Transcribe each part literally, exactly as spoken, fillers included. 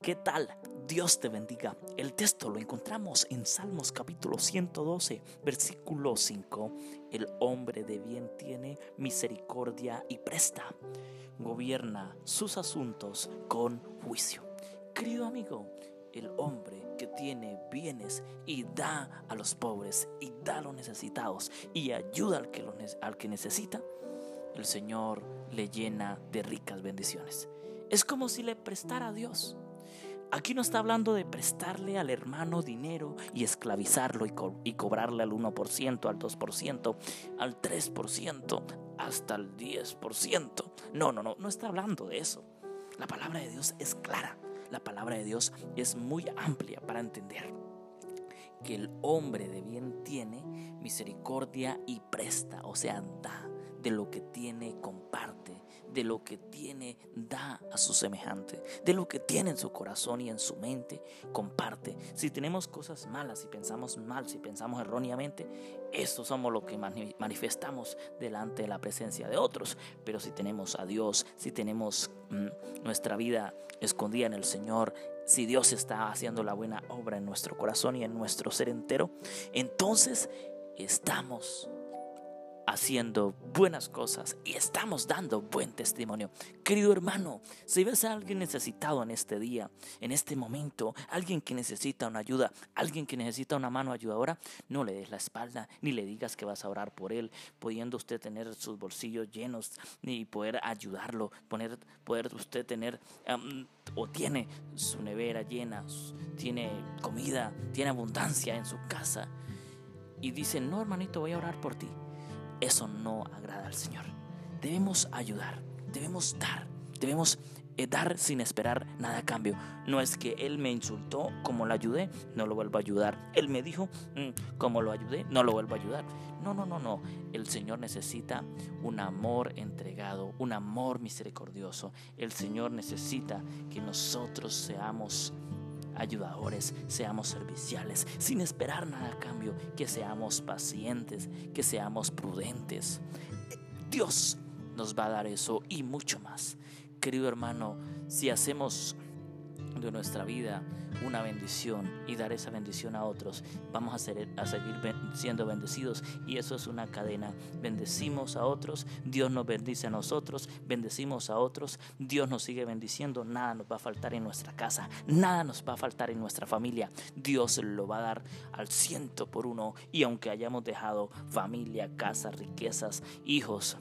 ¿Qué tal? Dios te bendiga. El texto lo encontramos en Salmos capítulo ciento doce, versículo cinco. El hombre de bien tiene misericordia y presta, gobierna sus asuntos con juicio. Querido amigo, el hombre que tiene bienes y da a los pobres y da a los necesitados y ayuda al que, lo, al que necesita, el Señor le llena de ricas bendiciones. Es como si le prestara a Dios. Aquí no está hablando de prestarle al hermano dinero y esclavizarlo y, co- y cobrarle al uno por ciento, al dos por ciento, al tres por ciento, hasta el diez por ciento. No, no, no, no está hablando de eso. La palabra de Dios es clara. La palabra de Dios es muy amplia para entender que el hombre de bien tiene misericordia y presta, o sea, da. De lo que tiene, comparte. De lo que tiene, da a su semejante. De lo que tiene en su corazón y en su mente, comparte. Si tenemos cosas malas, si pensamos mal, si pensamos erróneamente, eso somos lo que manifestamos delante de la presencia de otros. Pero si tenemos a Dios, si tenemos mmm, nuestra vida escondida en el Señor, si Dios está haciendo la buena obra en nuestro corazón y en nuestro ser entero, entonces estamos haciendo buenas cosas y estamos dando buen testimonio. Querido hermano, si ves a alguien necesitado en este día, en este momento, alguien que necesita una ayuda, alguien que necesita una mano ayudadora, no le des la espalda ni le digas que vas a orar por él, pudiendo usted tener sus bolsillos llenos y poder ayudarlo, poner, poder usted tener um, o tiene su nevera llena, tiene comida, tiene abundancia en su casa y dice: no, hermanito, voy a orar por ti. Eso no agrada al Señor. Debemos ayudar, debemos dar, debemos eh, dar sin esperar nada a cambio. No es que Él me insultó, como lo ayudé, no lo vuelvo a ayudar. Él me dijo, mmm, como lo ayudé, no lo vuelvo a ayudar. No, no, no, no. El Señor necesita un amor entregado, un amor misericordioso. El Señor necesita que nosotros seamos ayudadores, seamos serviciales, sin esperar nada a cambio, que seamos pacientes, que seamos prudentes. Dios nos va a dar eso y mucho más. Querido hermano, si hacemos de nuestra vida una bendición y dar esa bendición a otros, vamos a, ser, a seguir siendo bendecidos, y eso es una cadena. Bendecimos a otros, Dios nos bendice a nosotros, bendecimos a otros, Dios nos sigue bendiciendo. Nada nos va a faltar en nuestra casa, nada nos va a faltar en nuestra familia. Dios lo va a dar al ciento por uno, y aunque hayamos dejado familia, casa, riquezas, hijos,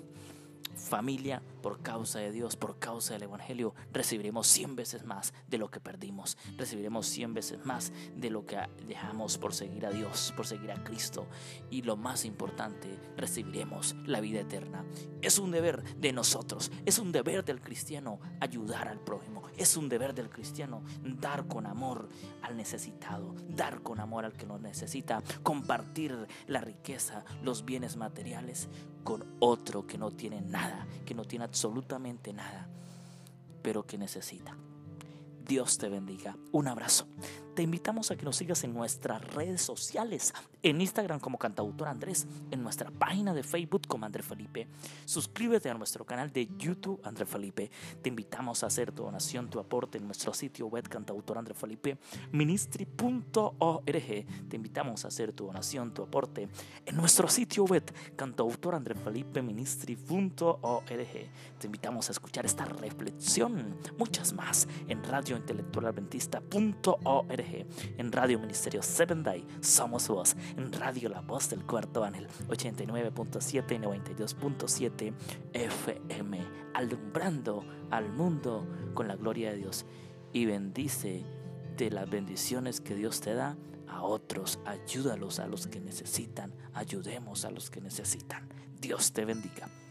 familia, por causa de Dios, por causa del Evangelio, recibiremos cien veces más de lo que perdimos. Recibiremos cien veces más de lo que dejamos por seguir a Dios, por seguir a Cristo. Y lo más importante, recibiremos la vida eterna. Es un deber de nosotros, es un deber del cristiano ayudar al prójimo. Es un deber del cristiano dar con amor al necesitado, dar con amor al que lo necesita, compartir la riqueza, los bienes materiales con otro que no tiene nada, que no tiene absolutamente nada, pero que necesita. Dios te bendiga. Un abrazo. Te invitamos a que nos sigas en nuestras redes sociales, en Instagram como Cantautor Andrés, en nuestra página de Facebook como André Felipe. Suscríbete a nuestro canal de YouTube André Felipe. Te invitamos a hacer tu donación, tu aporte en nuestro sitio web Cantautor André Felipe Ministry punto org. Te invitamos a hacer tu donación, tu aporte en nuestro sitio web Cantautor André Felipe Ministry punto org. Te invitamos a escuchar esta reflexión, muchas más, en radio intelectual adventista punto org, en Radio Ministerio Seventh Day Somos Voz, en Radio La Voz del Cuarto Ángel ochenta y nueve punto siete y noventa y dos punto siete F M, alumbrando al mundo con la gloria de Dios. Y bendice de las bendiciones que Dios te da a otros. Ayúdalos a los que necesitan, ayudemos a los que necesitan. Dios te bendiga.